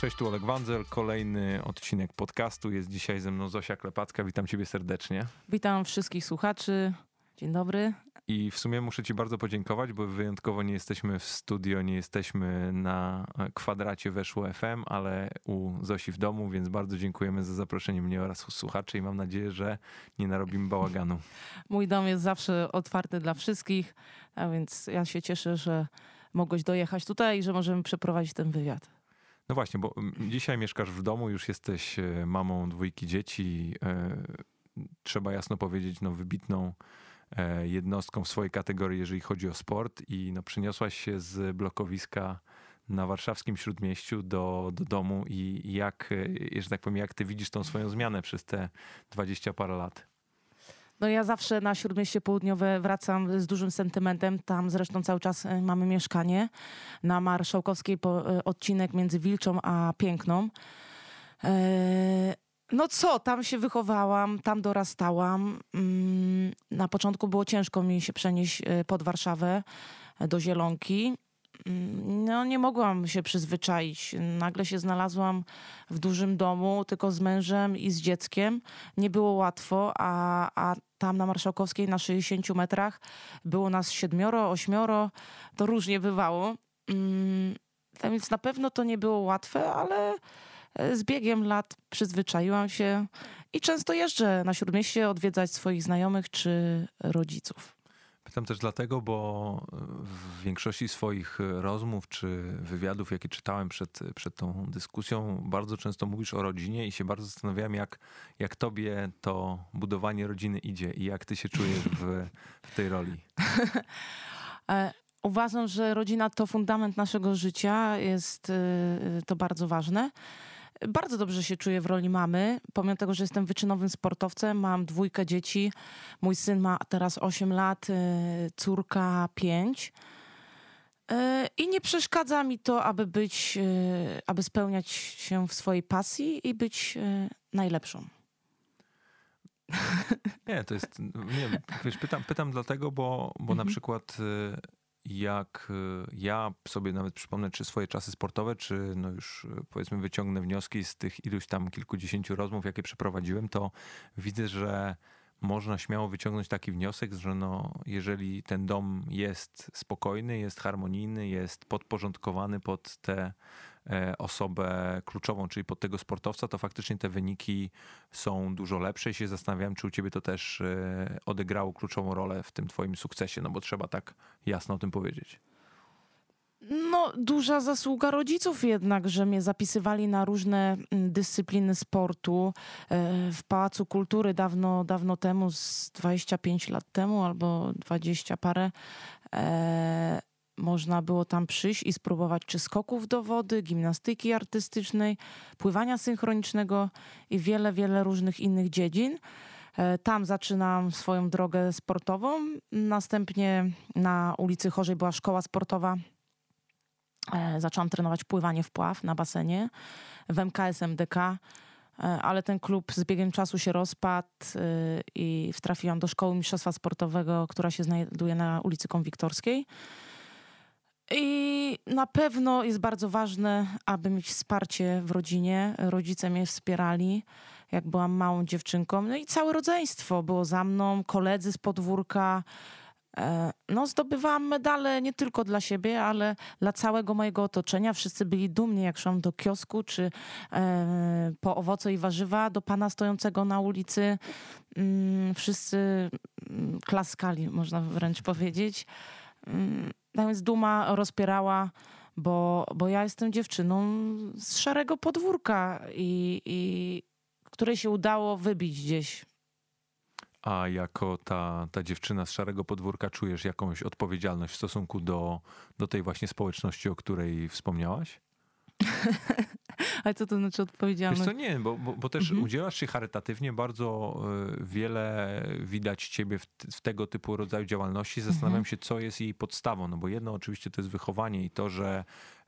Cześć, tu Oleg Wandzel, kolejny odcinek podcastu. Jest dzisiaj ze mną Zosia Klepacka. Witam ciebie serdecznie. Witam wszystkich słuchaczy. Dzień dobry. I w sumie muszę ci bardzo podziękować, bo wyjątkowo nie jesteśmy w studio, nie jesteśmy na kwadracie Weszło FM, ale u Zosi w domu, więc bardzo dziękujemy za zaproszenie mnie oraz słuchaczy i mam nadzieję, że nie narobimy bałaganu. Mój dom jest zawsze otwarty dla wszystkich, a więc ja się cieszę, że mogłeś dojechać tutaj i że możemy przeprowadzić ten wywiad. No właśnie, bo dzisiaj mieszkasz w domu, już jesteś mamą 2 dzieci, trzeba jasno powiedzieć, wybitną jednostką w swojej kategorii, jeżeli chodzi o sport i przyniosłaś się z blokowiska na warszawskim Śródmieściu do domu i jak, że tak powiem, jak ty widzisz tą swoją zmianę przez te 20 parę lat? No ja zawsze na Śródmieście Południowe wracam z dużym sentymentem. Tam zresztą cały czas mamy mieszkanie. Na Marszałkowskiej odcinek między Wilczą a Piękną. No co, tam się wychowałam, tam dorastałam. Na początku było ciężko mi się przenieść pod Warszawę do Zielonki. No nie mogłam się przyzwyczaić. Nagle się znalazłam w dużym domu, tylko z mężem i z dzieckiem. Nie było łatwo, a tam na Marszałkowskiej na 60 metrach było nas 7, 8, to różnie bywało. Tak więc na pewno to nie było łatwe, ale z biegiem lat przyzwyczaiłam się i często jeżdżę na Śródmieście odwiedzać swoich znajomych czy rodziców. Pytam też dlatego, bo w większości swoich rozmów czy wywiadów, jakie czytałem przed tą dyskusją, bardzo często mówisz o rodzinie i się bardzo zastanawiałem, jak tobie to budowanie rodziny idzie i jak ty się czujesz w tej roli. Uważam, że rodzina to fundament naszego życia, jest to bardzo ważne. Bardzo dobrze się czuję w roli mamy, pomimo tego, że jestem wyczynowym sportowcem, mam 2 dzieci, mój syn ma teraz 8 lat, córka 5. I nie przeszkadza mi to, aby spełniać się w swojej pasji i być najlepszą. Nie, to jest, nie, wiesz, pytam dlatego, bo na przykład jak ja sobie nawet przypomnę, czy swoje czasy sportowe, czy już powiedzmy wyciągnę wnioski z tych iluś tam kilkudziesięciu rozmów, jakie przeprowadziłem, to widzę, że można śmiało wyciągnąć taki wniosek, że jeżeli ten dom jest spokojny, jest harmonijny, jest podporządkowany pod tę osobę kluczową, czyli pod tego sportowca, to faktycznie te wyniki są dużo lepsze i się zastanawiałem, czy u ciebie to też odegrało kluczową rolę w tym twoim sukcesie, bo trzeba tak jasno o tym powiedzieć. No, duża zasługa rodziców jednak, że mnie zapisywali na różne dyscypliny sportu. W Pałacu Kultury dawno temu, z 25 lat temu albo 20 parę, można było tam przyjść i spróbować czy skoków do wody, gimnastyki artystycznej, pływania synchronicznego i wiele różnych innych dziedzin. Tam zaczynam swoją drogę sportową. Następnie na ulicy Chorzej była szkoła sportowa. Zaczęłam trenować pływanie w pław na basenie w MKS MDK, ale ten klub z biegiem czasu się rozpadł i trafiłam do szkoły mistrzostwa sportowego, która się znajduje na ulicy Konwiktorskiej. I na pewno jest bardzo ważne, aby mieć wsparcie w rodzinie. Rodzice mnie wspierali, jak byłam małą dziewczynką. No i całe rodzeństwo było za mną, koledzy z podwórka. Zdobywałam medale nie tylko dla siebie, ale dla całego mojego otoczenia. Wszyscy byli dumni, jak szłam do kiosku, czy po owoce i warzywa do pana stojącego na ulicy. Wszyscy klaskali, można wręcz powiedzieć. Tak więc duma rozpierała, bo ja jestem dziewczyną z szarego podwórka i której się udało wybić gdzieś. A jako ta dziewczyna z szarego podwórka czujesz jakąś odpowiedzialność w stosunku do tej właśnie społeczności, o której wspomniałaś? Ale co to znaczy odpowiedzialność? Wiesz co, nie, bo też udzielasz się charytatywnie, bardzo wiele widać ciebie w tego typu rodzaju działalności. Zastanawiam się, co jest jej podstawą, bo jedno oczywiście to jest wychowanie i to, że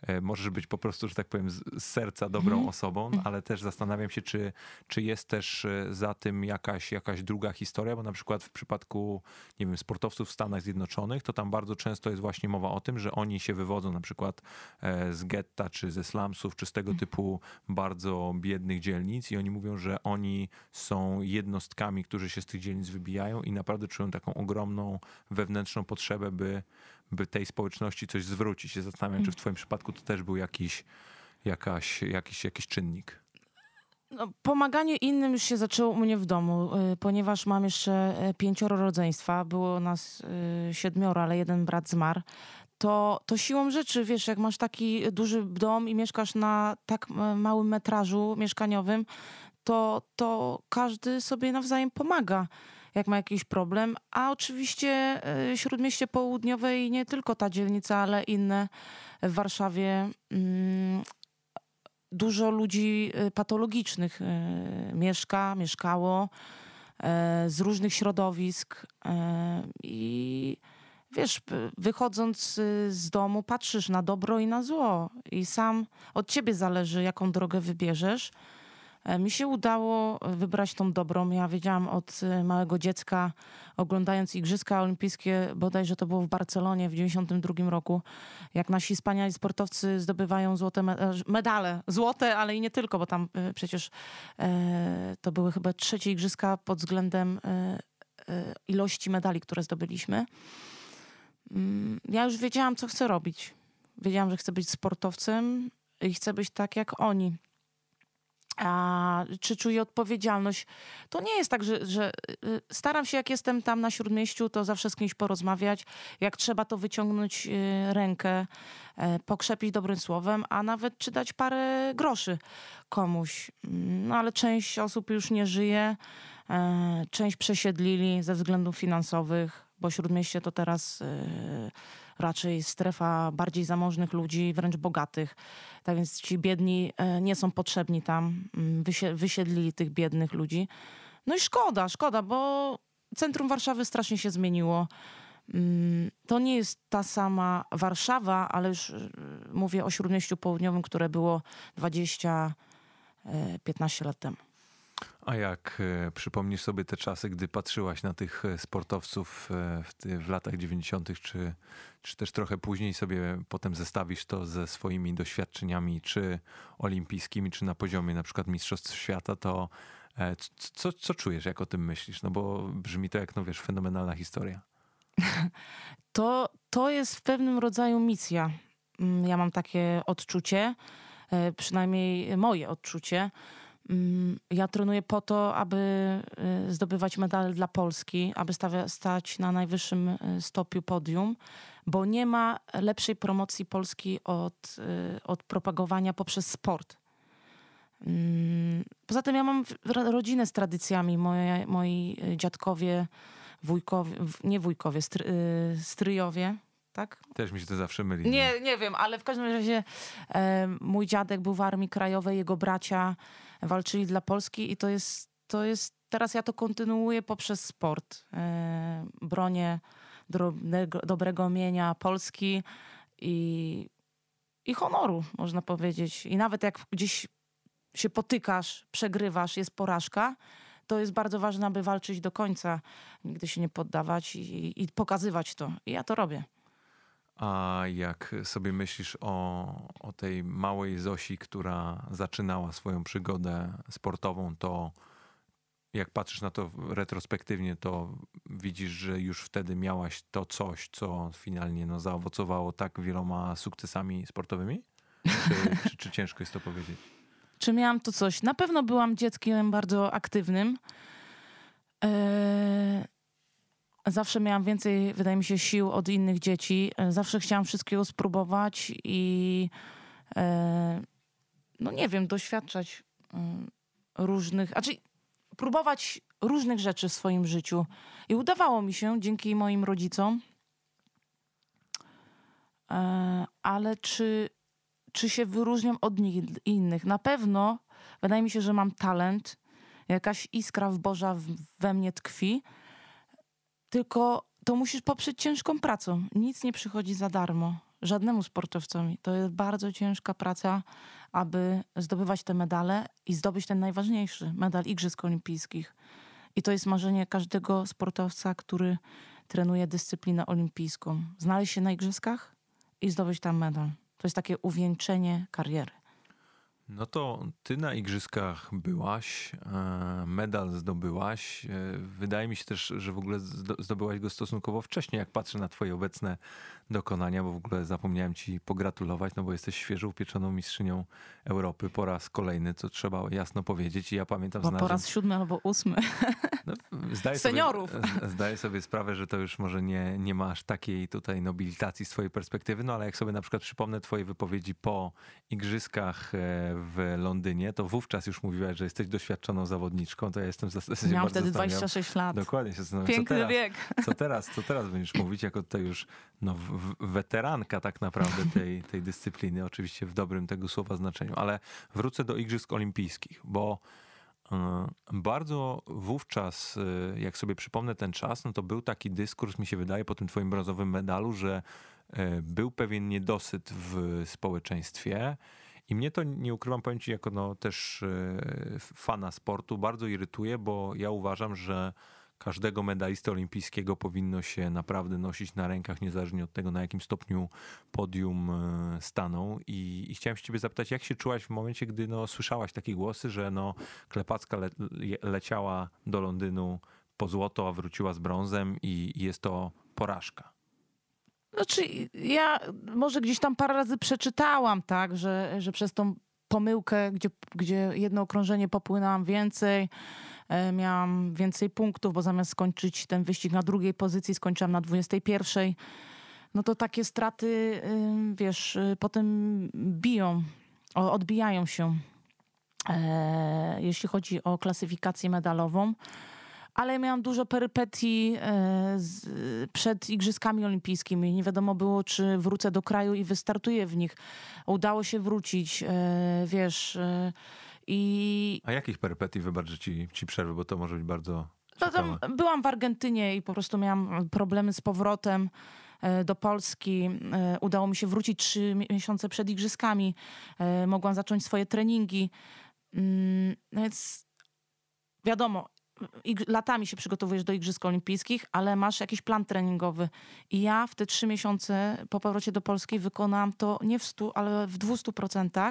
możesz być po prostu, że tak powiem, z serca dobrą osobą, ale też zastanawiam się, czy jest też za tym jakaś druga historia, bo na przykład w przypadku, nie wiem, sportowców w Stanach Zjednoczonych, to tam bardzo często jest właśnie mowa o tym, że oni się wywodzą na przykład z getta, czy ze slumsów, czy z tego typu bardzo biednych dzielnic i oni mówią, że oni są jednostkami, którzy się z tych dzielnic wybijają i naprawdę czują taką ogromną wewnętrzną potrzebę, by tej społeczności coś zwrócić. Ja zastanawiam, czy w twoim przypadku to też był jakiś czynnik. No, pomaganie innym już się zaczęło u mnie w domu, ponieważ mam jeszcze 5 rodzeństwa. Było nas 7, ale jeden brat zmarł. To siłą rzeczy, wiesz, jak masz taki duży dom i mieszkasz na tak małym metrażu mieszkaniowym, to każdy sobie nawzajem pomaga, jak ma jakiś problem. A oczywiście Śródmieście Południowe i nie tylko ta dzielnica, ale inne w Warszawie, dużo ludzi patologicznych mieszkało z różnych środowisk i wiesz, wychodząc z domu patrzysz na dobro i na zło i sam od ciebie zależy, jaką drogę wybierzesz. Mi się udało wybrać tą dobrą. Ja wiedziałam od małego dziecka, oglądając Igrzyska Olimpijskie, bodajże to było w Barcelonie w 92 roku, jak nasi wspaniali sportowcy zdobywają złote medale. Złote, ale i nie tylko, bo tam przecież to były chyba 3. Igrzyska pod względem ilości medali, które zdobyliśmy. Ja już wiedziałam, co chcę robić. Wiedziałam, że chcę być sportowcem i chcę być tak jak oni. A czy czuję odpowiedzialność? To nie jest tak, że staram się, jak jestem tam na Śródmieściu, to zawsze z kimś porozmawiać. Jak trzeba, to wyciągnąć rękę, pokrzepić dobrym słowem, a nawet czy dać parę groszy komuś. No ale część osób już nie żyje, część przesiedlili ze względów finansowych, bo Śródmieście to teraz raczej strefa bardziej zamożnych ludzi, wręcz bogatych. Tak więc ci biedni nie są potrzebni tam. Wysiedlili tych biednych ludzi. No i szkoda, bo centrum Warszawy strasznie się zmieniło. To nie jest ta sama Warszawa, ale już mówię o Śródmieściu Południowym, które było 15 lat temu. A jak przypomnisz sobie te czasy, gdy patrzyłaś na tych sportowców w latach 90., czy też trochę później sobie potem zestawisz to ze swoimi doświadczeniami, czy olimpijskimi, czy na poziomie na przykład Mistrzostw Świata, to co czujesz, jak o tym myślisz? No bo brzmi to jak, no wiesz, fenomenalna historia. To jest w pewnym rodzaju misja. Ja mam takie odczucie, przynajmniej moje odczucie. Ja trenuję po to, aby zdobywać medale dla Polski, aby stać na najwyższym stopniu podium, bo nie ma lepszej promocji Polski od propagowania poprzez sport. Poza tym ja mam rodzinę z tradycjami. Moi dziadkowie, wujkowie, nie wujkowie, stryjowie, tak? Też mi się to zawsze myli. Nie wiem, ale w każdym razie mój dziadek był w Armii Krajowej, jego bracia walczyli dla Polski i to jest teraz ja to kontynuuję poprzez sport. Bronię dobrego imienia Polski i honoru, można powiedzieć. I nawet jak gdzieś się potykasz, przegrywasz, jest porażka, to jest bardzo ważne, aby walczyć do końca, nigdy się nie poddawać i pokazywać to. I ja to robię. A jak sobie myślisz o tej małej Zosi, która zaczynała swoją przygodę sportową, to jak patrzysz na to retrospektywnie, to widzisz, że już wtedy miałaś to coś, co finalnie zaowocowało tak wieloma sukcesami sportowymi? Czy ciężko jest to powiedzieć? Czy miałam to coś? Na pewno byłam dzieckiem bardzo aktywnym. Zawsze miałam więcej, wydaje mi się, sił od innych dzieci. Zawsze chciałam wszystkiego spróbować i no nie wiem, doświadczać różnych, próbować różnych rzeczy w swoim życiu. I udawało mi się dzięki moim rodzicom. Ale czy się wyróżniam od innych? Na pewno wydaje mi się, że mam talent. Jakaś iskra Boża we mnie tkwi. Tylko to musisz poprzeć ciężką pracą. Nic nie przychodzi za darmo. żadnemu sportowcowi. To jest bardzo ciężka praca, aby zdobywać te medale i zdobyć ten najważniejszy medal Igrzysk Olimpijskich. I to jest marzenie każdego sportowca, który trenuje dyscyplinę olimpijską. Znaleźć się na igrzyskach i zdobyć tam medal. To jest takie uwieńczenie kariery. No to ty na igrzyskach byłaś, medal zdobyłaś. Wydaje mi się też, że w ogóle zdobyłaś go stosunkowo wcześnie, jak patrzę na twoje obecne dokonania, bo w ogóle zapomniałem ci pogratulować, no bo jesteś świeżo upieczoną mistrzynią Europy po raz kolejny, co trzeba jasno powiedzieć. I ja pamiętam... Bo po raz 7 albo 8. No, Seniorów. Zdaję sobie sprawę, że to już może nie ma aż takiej tutaj nobilitacji z twojej perspektywy, no ale jak sobie na przykład przypomnę twoje wypowiedzi po igrzyskach w Londynie, to wówczas już mówiłaś, że jesteś doświadczoną zawodniczką, to ja jestem Miałam wtedy 26 lat. Dokładnie się zastanawiam. Piękny wiek. Co teraz będziesz mówić, jako tutaj już weteranka tak naprawdę tej dyscypliny, oczywiście w dobrym tego słowa znaczeniu, ale wrócę do Igrzysk Olimpijskich, bo bardzo wówczas, jak sobie przypomnę ten czas, no to był taki dyskurs, mi się wydaje, po tym twoim brązowym medalu, że był pewien niedosyt w społeczeństwie i mnie to, nie ukrywam, powiem ci, jako no też fana sportu, bardzo irytuje, bo ja uważam, że każdego medalistę olimpijskiego powinno się naprawdę nosić na rękach, niezależnie od tego, na jakim stopniu podium staną. I chciałem się ciebie zapytać, jak się czułaś w momencie, gdy no, słyszałaś takie głosy, że no, Klepacka leciała do Londynu po złoto, a wróciła z brązem i jest to porażka? Znaczy, ja może gdzieś tam parę razy przeczytałam, tak, że przez tą pomyłkę, gdzie jedno okrążenie popłynęłam więcej, miałam więcej punktów, bo zamiast skończyć ten wyścig na drugiej pozycji, skończyłam na 21. No to takie straty, wiesz, potem odbijają się, jeśli chodzi o klasyfikację medalową. Ale miałam dużo perypetii przed Igrzyskami Olimpijskimi. Nie wiadomo było, czy wrócę do kraju i wystartuję w nich. Udało się wrócić, wiesz. A jakich perypetii, wybacz, że ci przerwę, bo to może być bardzo ciekawe. Byłam w Argentynie i po prostu miałam problemy z powrotem do Polski. Udało mi się wrócić 3 miesiące przed Igrzyskami. Mogłam zacząć swoje treningi. Więc wiadomo, latami się przygotowujesz do Igrzysk Olimpijskich, ale masz jakiś plan treningowy. I ja w te 3 miesiące po powrocie do Polski wykonałam to nie w 100, ale w 200%.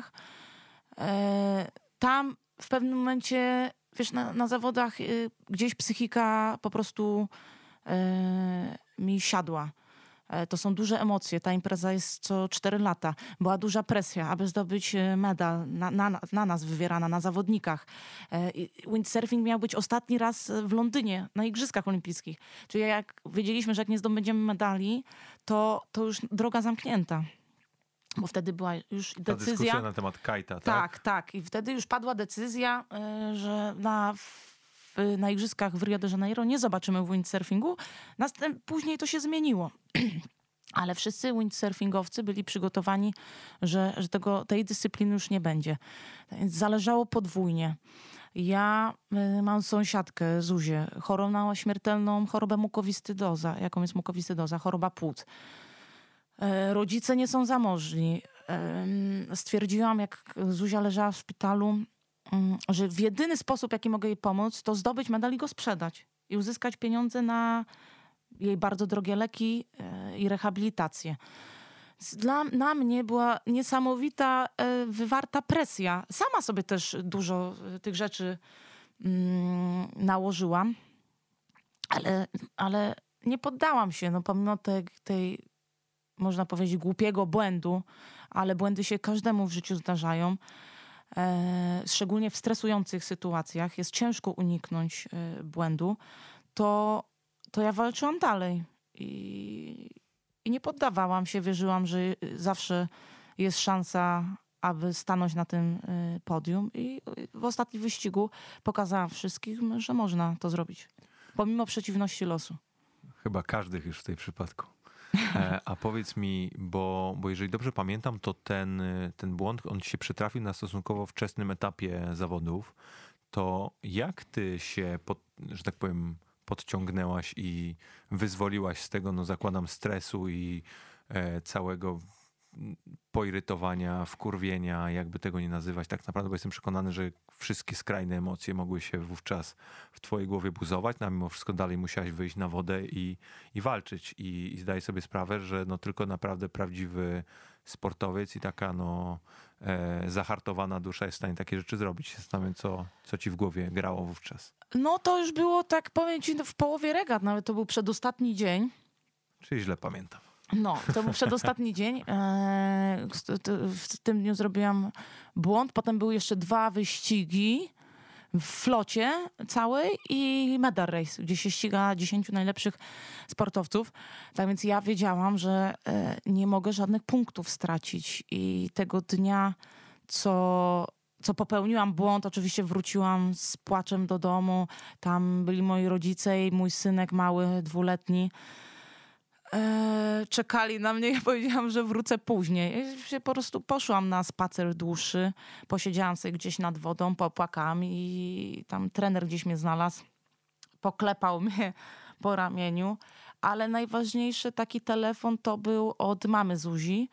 Tam w pewnym momencie, wiesz, na zawodach gdzieś psychika po prostu mi siadła. To są duże emocje. Ta impreza jest co 4 lata. Była duża presja, aby zdobyć medal na nas wywierana, na zawodnikach. Windsurfing miał być ostatni raz w Londynie na Igrzyskach Olimpijskich. Czyli jak wiedzieliśmy, że jak nie zdobędziemy medali, to już droga zamknięta. Bo wtedy była już decyzja. Ta dyskusja na temat kajta, tak? Tak. I wtedy już padła decyzja, że na Igrzyskach w Rio de Janeiro nie zobaczymy windsurfingu. Później to się zmieniło. Ale wszyscy windsurfingowcy byli przygotowani, że tej dyscypliny już nie będzie. Więc zależało podwójnie. Ja mam sąsiadkę, Zuzię, chorą na śmiertelną chorobę mukowiscydoza. Jaką jest mukowiscydoza? Choroba płuc. Rodzice nie są zamożni. Stwierdziłam, jak Zuzia leżała w szpitalu, że w jedyny sposób, jaki mogę jej pomóc, to zdobyć medal i go sprzedać. I uzyskać pieniądze na jej bardzo drogie leki i rehabilitację. Na mnie była niesamowita, wywarta presja. Sama sobie też dużo tych rzeczy nałożyłam, ale nie poddałam się. No, pomimo tej, można powiedzieć, głupiego błędu, ale błędy się każdemu w życiu zdarzają. Szczególnie w stresujących sytuacjach jest ciężko uniknąć błędu, to ja walczyłam dalej i nie poddawałam się. Wierzyłam, że zawsze jest szansa, aby stanąć na tym podium i w ostatnim wyścigu pokazałam wszystkim, że można to zrobić, pomimo przeciwności losu. Chyba każdych już w tej przypadku. A powiedz mi, bo jeżeli dobrze pamiętam, to ten błąd, on ci się przytrafił na stosunkowo wczesnym etapie zawodów, to jak ty się, że tak powiem, podciągnęłaś i wyzwoliłaś z tego, no zakładam, stresu i całego poirytowania, wkurwienia, jakby tego nie nazywać tak naprawdę, bo jestem przekonany, że wszystkie skrajne emocje mogły się wówczas w twojej głowie buzować, no a mimo wszystko dalej musiałeś wyjść na wodę i walczyć. I zdaję sobie sprawę, że no tylko naprawdę prawdziwy sportowiec i taka zahartowana dusza jest w stanie takie rzeczy zrobić. Zastanawiam, co ci w głowie grało wówczas. No to już było, tak powiem ci, w połowie regat, nawet to był przedostatni dzień. Czyli źle pamiętam. No, to był przedostatni dzień. W tym dniu zrobiłam błąd. Potem były jeszcze 2 wyścigi w flocie całej i medal race, gdzie się ściga 10 najlepszych sportowców. Tak więc ja wiedziałam, że nie mogę żadnych punktów stracić. I tego dnia, co popełniłam błąd, oczywiście wróciłam z płaczem do domu. Tam byli moi rodzice i mój synek mały, 2-letni. Czekali na mnie i powiedziałam, że wrócę później. Ja po prostu poszłam na spacer dłuższy, posiedziałam sobie gdzieś nad wodą, popłakałam i tam trener gdzieś mnie znalazł, poklepał mnie po ramieniu, ale najważniejszy taki telefon to był od mamy Zuzi,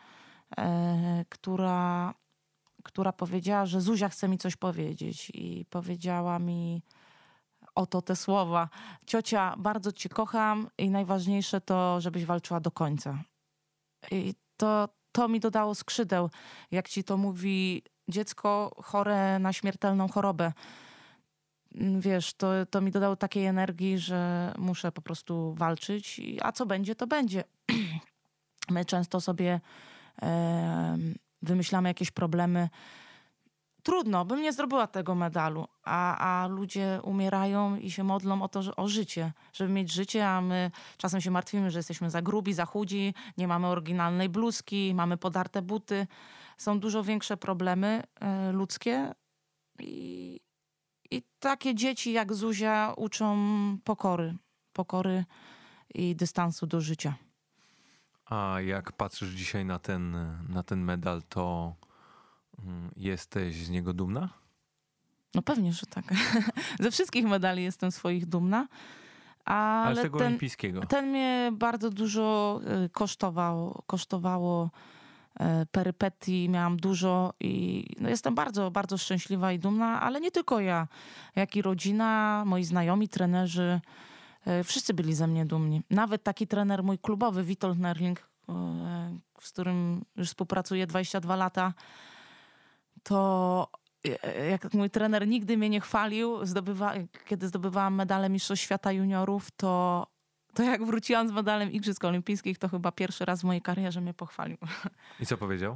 która powiedziała, że Zuzia chce mi coś powiedzieć i powiedziała mi oto te słowa. Ciocia, bardzo cię kocham i najważniejsze to, żebyś walczyła do końca. I to mi dodało skrzydeł, jak ci to mówi dziecko chore na śmiertelną chorobę. Wiesz, to mi dodało takiej energii, że muszę po prostu walczyć, a co będzie, to będzie. My często sobie wymyślamy jakieś problemy. Trudno, bym nie zdobyła tego medalu, a ludzie umierają i się modlą o to, o życie, żeby mieć życie, a my czasem się martwimy, że jesteśmy za grubi, za chudzi, nie mamy oryginalnej bluzki, mamy podarte buty. Są dużo większe problemy ludzkie i takie dzieci jak Zuzia uczą pokory i dystansu do życia. A jak patrzysz dzisiaj na ten medal, to jesteś z niego dumna? No pewnie, że tak. Ze wszystkich medali jestem swoich dumna. Ale z tego olimpijskiego? Ten mnie bardzo dużo kosztowało perypetii, miałam dużo i jestem bardzo, bardzo szczęśliwa i dumna, ale nie tylko ja, jak i rodzina, moi znajomi, trenerzy, wszyscy byli ze mnie dumni. Nawet taki trener mój klubowy, Witold Nerling, z którym już współpracuję 22 lata, to jak mój trener nigdy mnie nie chwalił, kiedy zdobywałam medale Mistrzostw Świata Juniorów, to jak wróciłam z medalem Igrzysk Olimpijskich, to chyba pierwszy raz w mojej karierze mnie pochwalił. I co powiedział?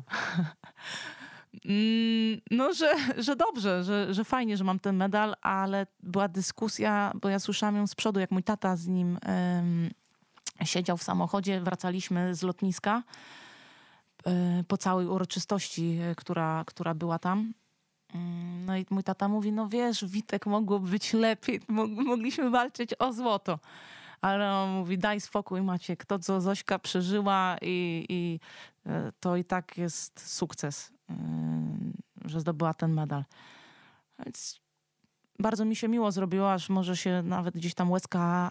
No, że dobrze, że fajnie, że mam ten medal, ale była dyskusja, bo ja słyszałam ją z przodu, jak mój tata z nim siedział w samochodzie, wracaliśmy z lotniska po całej uroczystości, która była tam. No i mój tata mówi, no wiesz, Witek, mogło być lepiej, mogliśmy walczyć o złoto. Ale on mówi, daj spokój Maciek, to co Zośka przeżyła i to i tak jest sukces, że zdobyła ten medal. Więc bardzo mi się miło zrobiło, aż może się nawet gdzieś tam łezka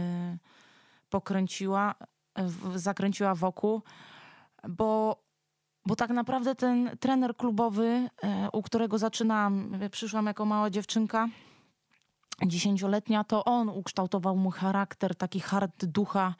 zakręciła wokół, bo tak naprawdę ten trener klubowy, u którego przyszłam jako mała dziewczynka, 10-letnia, to on ukształtował mój charakter, taki hard ducha,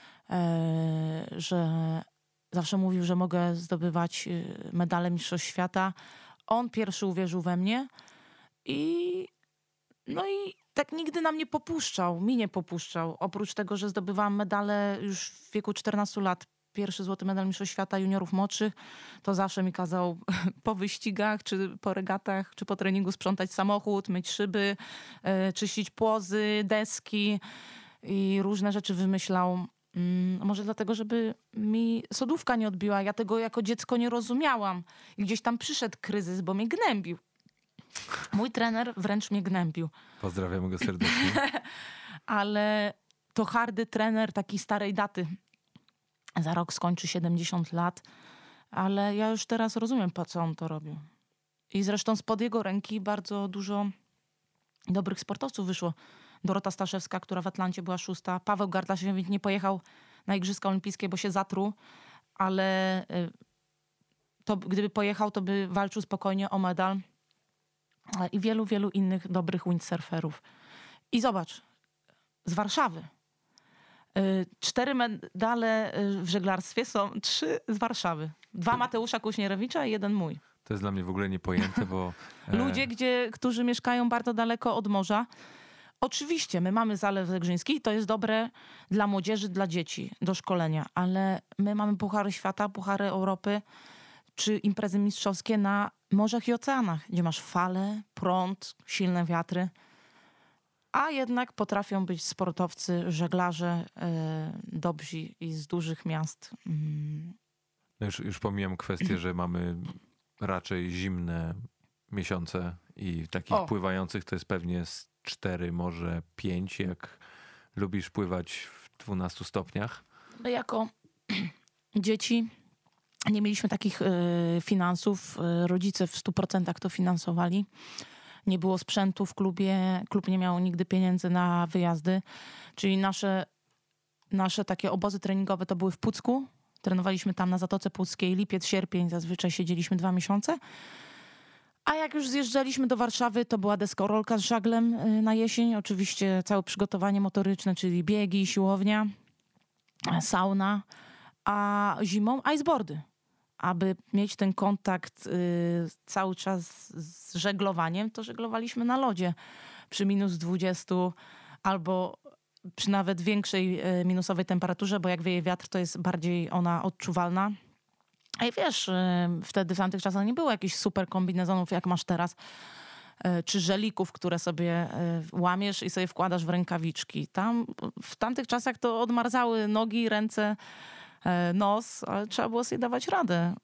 że zawsze mówił, że mogę zdobywać medale Mistrzostw Świata. On pierwszy uwierzył we mnie i tak nigdy nam nie popuszczał, mi nie popuszczał. Oprócz tego, że zdobywałam medale już w wieku 14 lat, pierwszy złoty medal Mistrzostw Świata juniorów młodszych, to zawsze mi kazał po wyścigach, czy po regatach, czy po treningu sprzątać samochód, myć szyby, czyścić płozy, deski i różne rzeczy wymyślał. Może dlatego, żeby mi sodówka nie odbiła. Ja tego jako dziecko nie rozumiałam. I gdzieś tam przyszedł kryzys, bo mnie gnębił. Mój trener wręcz mnie gnębił. Pozdrawiamy go serdecznie. Ale to hardy trener takiej starej daty. Za rok skończy 70 lat, ale ja już teraz rozumiem, po co on to robił. I zresztą spod jego ręki bardzo dużo dobrych sportowców wyszło. Dorota Staszewska, która w Atlancie była 6. Paweł Gardasiewicz nie pojechał na Igrzyska Olimpijskie, bo się zatruł, ale to gdyby pojechał, to by walczył spokojnie o medal. I wielu, wielu innych dobrych windsurferów. I zobacz, z Warszawy. 4 medale w żeglarstwie są 3 z Warszawy. 2 Mateusza Kuśnierewicza i 1 mój. To jest dla mnie w ogóle niepojęte, bo... Ludzie, którzy mieszkają bardzo daleko od morza. Oczywiście, my mamy Zalew Zegrzyński i to jest dobre dla młodzieży, dla dzieci, do szkolenia. Ale my mamy puchary świata, puchary Europy, czy imprezy mistrzowskie na morzach i oceanach, gdzie masz fale, prąd, silne wiatry. A jednak potrafią być sportowcy, żeglarze dobrzy i z dużych miast. No już pomijam kwestię, że mamy raczej zimne miesiące i takich pływających to jest pewnie z 4, może 5, jak lubisz pływać w 12 stopniach. My jako dzieci nie mieliśmy takich finansów. Rodzice w 100% to finansowali. Nie było sprzętu w klubie. Klub nie miał nigdy pieniędzy na wyjazdy. Czyli nasze takie obozy treningowe to były w Pucku. Trenowaliśmy tam na Zatoce Puckiej. Lipiec, sierpień. Zazwyczaj siedzieliśmy 2 miesiące. A jak już zjeżdżaliśmy do Warszawy, to była deskorolka z żaglem na jesień. Oczywiście całe przygotowanie motoryczne, czyli biegi, siłownia, sauna. A zimą iceboardy. Aby mieć ten kontakt cały czas z żeglowaniem, to żeglowaliśmy na lodzie przy -20 albo przy nawet większej minusowej temperaturze, bo jak wieje wiatr, to jest bardziej ona odczuwalna. I wiesz, wtedy w tamtych czasach nie było jakichś super kombinezonów, jak masz teraz, czy żelików, które sobie łamiesz i sobie wkładasz w rękawiczki. W tamtych czasach to odmarzały nogi, ręce, nos, ale trzeba było sobie dawać radę.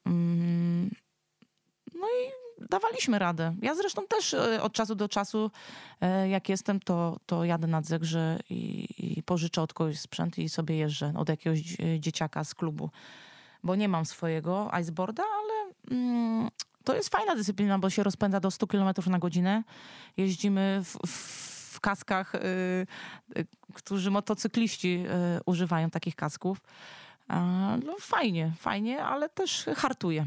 No i dawaliśmy radę. Ja zresztą też od czasu do czasu, jak jestem, to jadę nad Zegrze i pożyczę od kogoś sprzęt i sobie jeżdżę od jakiegoś dzieciaka z klubu. Bo nie mam swojego iceboarda, ale to jest fajna dyscyplina, bo się rozpędza do 100 km na godzinę. Jeździmy w kaskach, którzy motocykliści używają takich kasków. No fajnie, ale też hartuje.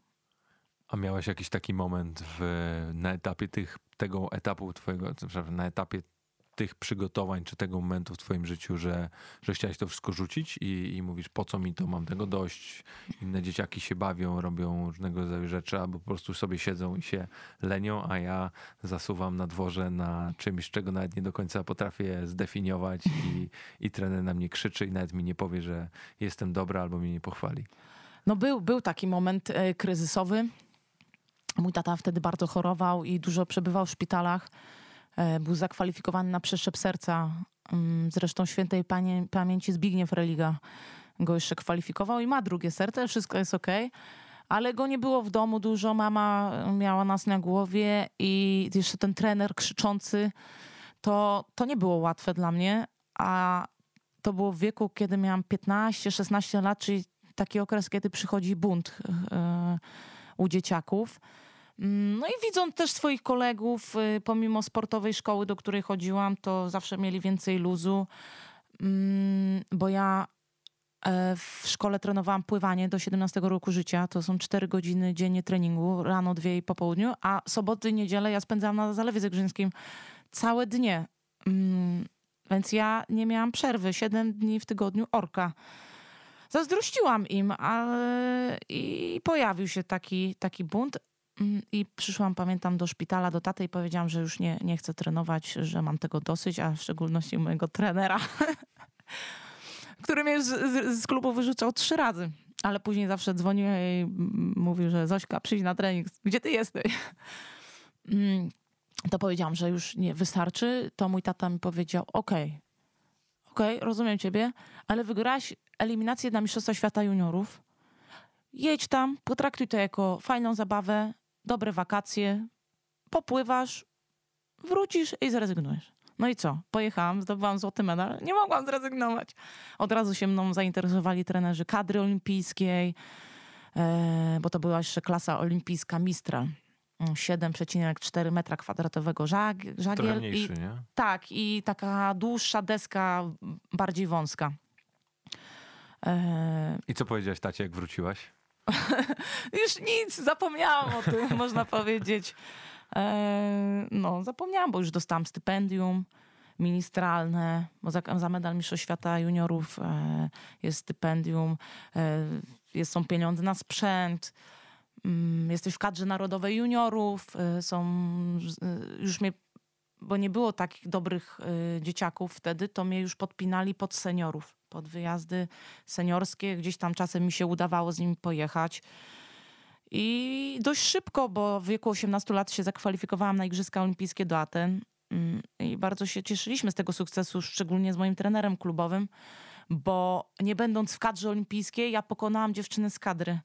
A miałaś jakiś taki moment na etapie tego etapu twojego, na etapie tych przygotowań, czy tego momentu w twoim życiu, że chciałeś to wszystko rzucić i mówisz, po co mi to, mam tego dość, inne dzieciaki się bawią, robią różnego rodzaju rzeczy, albo po prostu sobie siedzą i się lenią, a ja zasuwam na dworze na czymś, czego nawet nie do końca potrafię zdefiniować i trener na mnie krzyczy i nawet mi nie powie, że jestem dobra, albo mnie nie pochwali. No był taki moment kryzysowy. Mój tata wtedy bardzo chorował i dużo przebywał w szpitalach. Był zakwalifikowany na przeszczep serca. Zresztą świętej pamięci Zbigniew Religa go jeszcze kwalifikował i ma drugie serce, wszystko jest okej. Ale go nie było w domu dużo, mama miała nas na głowie i jeszcze ten trener krzyczący, to nie było łatwe dla mnie. A to było w wieku, kiedy miałam 15-16 lat, czyli taki okres, kiedy przychodzi bunt u dzieciaków. No i widząc też swoich kolegów, pomimo sportowej szkoły, do której chodziłam, to zawsze mieli więcej luzu, bo ja w szkole trenowałam pływanie do 17 roku życia. To są 4 godziny dziennie treningu, rano 2 i po południu, a soboty, niedzielę ja spędzałam na Zalewie Zegrzyńskim całe dnie. Więc ja nie miałam przerwy, 7 dni w tygodniu, orka. Zazdrościłam im, i pojawił się taki bunt. I przyszłam, pamiętam, do szpitala, do taty i powiedziałam, że już nie chcę trenować, że mam tego dosyć, a w szczególności mojego trenera, który mnie z klubu wyrzucał 3 razy. Ale później zawsze dzwonił i mówił, że Zośka, przyjdź na trening. Gdzie ty jesteś? To powiedziałam, że już nie wystarczy. To mój tata mi powiedział, okej, rozumiem ciebie, ale wygrałaś eliminację na Mistrzostwa Świata Juniorów. Jedź tam, potraktuj to jako fajną zabawę, dobre wakacje, popływasz, wrócisz i zrezygnujesz. No i co? Pojechałam, zdobyłam złoty medal. Nie mogłam zrezygnować. Od razu się mną zainteresowali trenerzy kadry olimpijskiej, bo to była jeszcze klasa olimpijska Mistral. 7,4 metra kwadratowego żagiel. Trochę mniejszy, nie? Tak, i taka dłuższa deska, bardziej wąska. I co powiedziałaś tacie, jak wróciłaś? Już nic, zapomniałam o tym, można powiedzieć. Zapomniałam, bo już dostałam stypendium ministralne, bo za medal Mistrzostw Świata Juniorów jest stypendium, są pieniądze na sprzęt, jesteś w kadrze narodowej juniorów, bo nie było takich dobrych dzieciaków wtedy, to mnie już podpinali pod seniorów, pod wyjazdy seniorskie. Gdzieś tam czasem mi się udawało z nimi pojechać. I dość szybko, bo w wieku 18 lat się zakwalifikowałam na Igrzyska Olimpijskie do Aten. I bardzo się cieszyliśmy z tego sukcesu, szczególnie z moim trenerem klubowym, bo nie będąc w kadrze olimpijskiej, ja pokonałam dziewczyny z kadry.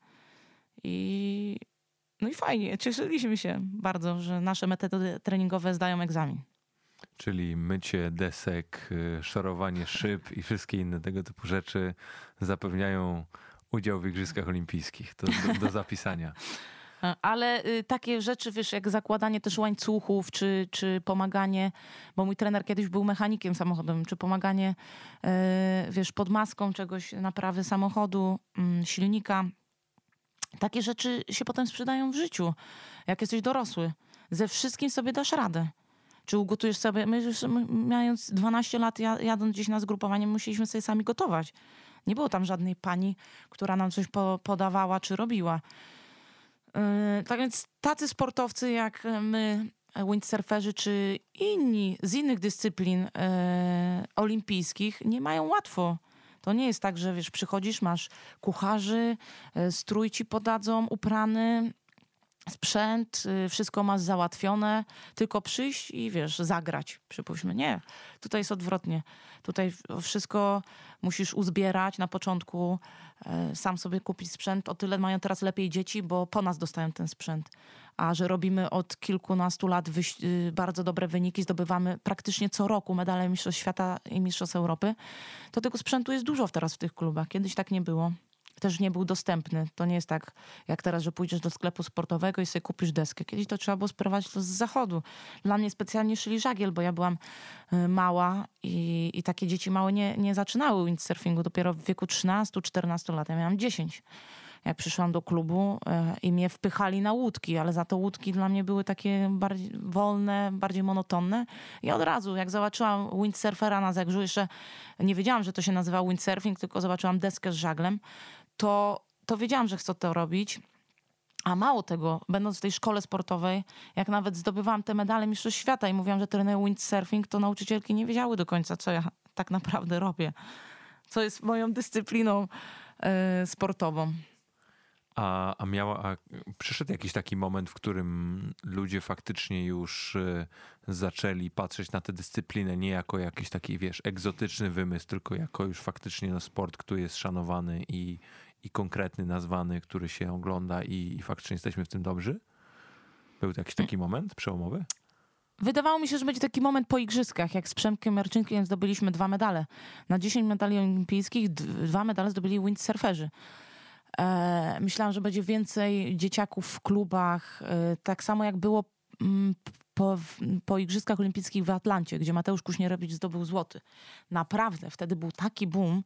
No i fajnie, cieszyliśmy się bardzo, że nasze metody treningowe zdają egzamin. Czyli mycie desek, szorowanie szyb i wszystkie inne tego typu rzeczy zapewniają udział w Igrzyskach Olimpijskich. To do zapisania. Ale takie rzeczy, wiesz, jak zakładanie też łańcuchów, czy pomaganie, bo mój trener kiedyś był mechanikiem samochodowym, czy pomaganie, wiesz, pod maską czegoś, naprawy samochodu, silnika. Takie rzeczy się potem sprzedają w życiu, jak jesteś dorosły. Ze wszystkim sobie dasz radę. Czy ugotujesz sobie, my już mając 12 lat, jadąc gdzieś na zgrupowanie, musieliśmy sobie sami gotować. Nie było tam żadnej pani, która nam coś podawała czy robiła. Tak więc tacy sportowcy jak my, windsurferzy, czy inni z innych dyscyplin olimpijskich nie mają łatwo. To nie jest tak, że wiesz, przychodzisz, masz kucharzy, strój ci podadzą, uprany, sprzęt, wszystko masz załatwione, tylko przyjść i wiesz, zagrać, przypuśćmy. Nie, tutaj jest odwrotnie. Tutaj wszystko musisz uzbierać na początku, sam sobie kupić sprzęt. O tyle mają teraz lepiej dzieci, bo po nas dostają ten sprzęt. A że robimy od kilkunastu lat bardzo dobre wyniki, zdobywamy praktycznie co roku medale Mistrzostw Świata i Mistrzostw Europy, to tego sprzętu jest dużo teraz w tych klubach. Kiedyś tak nie było. Też nie był dostępny. To nie jest tak jak teraz, że pójdziesz do sklepu sportowego i sobie kupisz deskę. Kiedyś to trzeba było sprawować to z zachodu. Dla mnie specjalnie szyli żagiel, bo ja byłam mała i takie dzieci małe nie zaczynały windsurfingu. Dopiero w wieku 13-14 lat. Ja miałam 10. Jak przyszłam do klubu i mnie wpychali na łódki, ale za to łódki dla mnie były takie bardziej wolne, bardziej monotonne. I od razu, jak zobaczyłam windsurfera na Zegrzu, jeszcze nie wiedziałam, że to się nazywa windsurfing, tylko zobaczyłam deskę z żaglem, to wiedziałam, że chcę to robić. A mało tego, będąc w tej szkole sportowej, jak nawet zdobywałam te medale Mistrzostw Świata i mówiłam, że trenuję windsurfing, to nauczycielki nie wiedziały do końca, co ja tak naprawdę robię. Co jest moją dyscypliną sportową. A przyszedł jakiś taki moment, w którym ludzie faktycznie już zaczęli patrzeć na tę dyscyplinę nie jako jakiś taki, wiesz, egzotyczny wymysł, tylko jako już faktycznie sport, który jest szanowany i konkretny, nazwany, który się ogląda i faktycznie jesteśmy w tym dobrzy? Był jakiś taki moment przełomowy? Wydawało mi się, że będzie taki moment po igrzyskach, jak z Przemkiem Marczynkiem zdobyliśmy 2 medale. Na 10 medali olimpijskich 2 medale zdobyli windsurferzy. Myślałam, że będzie więcej dzieciaków w klubach, tak samo jak było po Igrzyskach Olimpijskich w Atlancie, gdzie Mateusz Kuśnierewicz zdobył złoty. Naprawdę, wtedy był taki boom,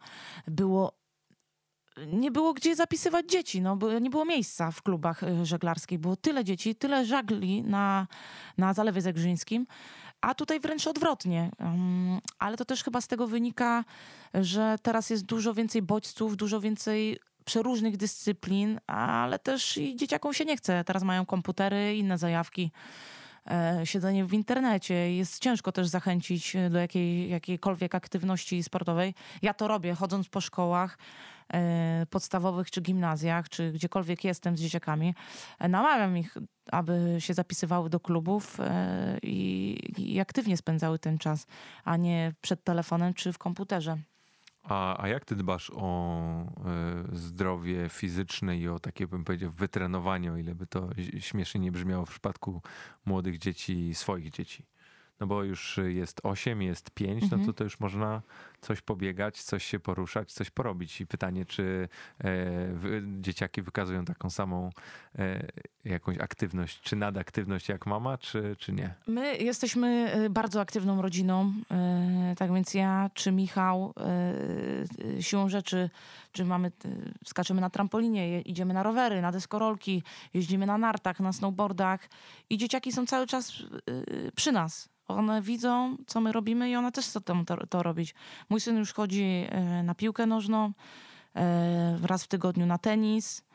nie było gdzie zapisywać dzieci, nie było miejsca w klubach żeglarskich, było tyle dzieci, tyle żagli na Zalewie Zegrzyńskim, a tutaj wręcz odwrotnie. Ale to też chyba z tego wynika, że teraz jest dużo więcej bodźców, dużo więcej przeróżnych dyscyplin, ale też i dzieciakom się nie chce. Teraz mają komputery, inne zajawki, siedzenie w internecie. Jest ciężko też zachęcić do jakiejkolwiek aktywności sportowej. Ja to robię, chodząc po szkołach podstawowych czy gimnazjach, czy gdziekolwiek jestem z dzieciakami. Namawiam ich, aby się zapisywały do klubów i aktywnie spędzały ten czas, a nie przed telefonem czy w komputerze. A jak ty dbasz o zdrowie fizyczne i o takie, bym powiedział, wytrenowanie, o ile by to śmiesznie nie brzmiało w przypadku młodych dzieci, swoich dzieci? No bo już jest 8, jest 5, no to już można coś pobiegać, coś się poruszać, coś porobić. I pytanie, czy dzieciaki wykazują taką samą jakąś aktywność, czy nadaktywność jak mama, czy nie? My jesteśmy bardzo aktywną rodziną, tak więc ja czy Michał siłą rzeczy, czy skaczemy na trampolinie, idziemy na rowery, na deskorolki, jeździmy na nartach, na snowboardach i dzieciaki są cały czas przy nas. One widzą, co my robimy i one też chcą to robić. Mój syn już chodzi na piłkę nożną, raz w tygodniu na tenis,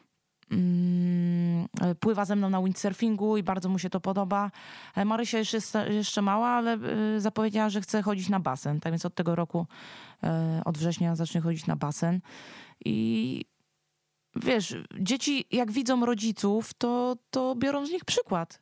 pływa ze mną na windsurfingu i bardzo mu się to podoba. Marysia jeszcze mała, ale zapowiedziała, że chce chodzić na basen. Tak więc od tego roku, od września zacznie chodzić na basen. I wiesz, dzieci jak widzą rodziców, to biorą z nich przykład.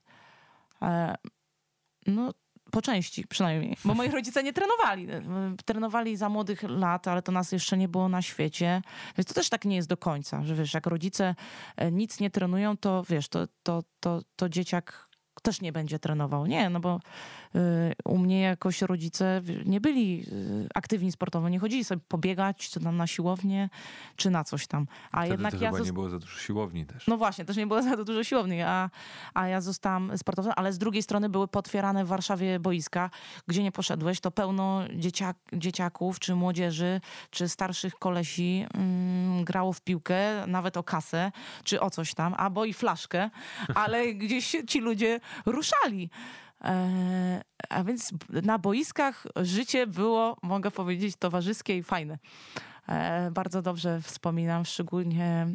No, po części przynajmniej, bo moi rodzice nie trenowali. Trenowali za młodych lat, ale to nas jeszcze nie było na świecie. Więc to też tak nie jest do końca, że wiesz, jak rodzice nic nie trenują, to wiesz, to dzieciak też nie będzie trenował. Nie, no bo u mnie jakoś rodzice nie byli aktywni sportowo, nie chodzili sobie pobiegać, czy tam na siłownię, czy na coś tam. A Wtedy jednak to chyba nie było za dużo siłowni też. No właśnie, też nie było za dużo siłowni, a ja zostałam sportowcem, ale z drugiej strony były potwierane w Warszawie boiska, gdzie nie poszedłeś, to pełno dzieciaków, czy młodzieży, czy starszych kolesi grało w piłkę, nawet o kasę, czy o coś tam, albo i flaszkę, ale gdzieś ci ludzie ruszali. A więc na boiskach życie było, mogę powiedzieć, towarzyskie i fajne. Bardzo dobrze wspominam, szczególnie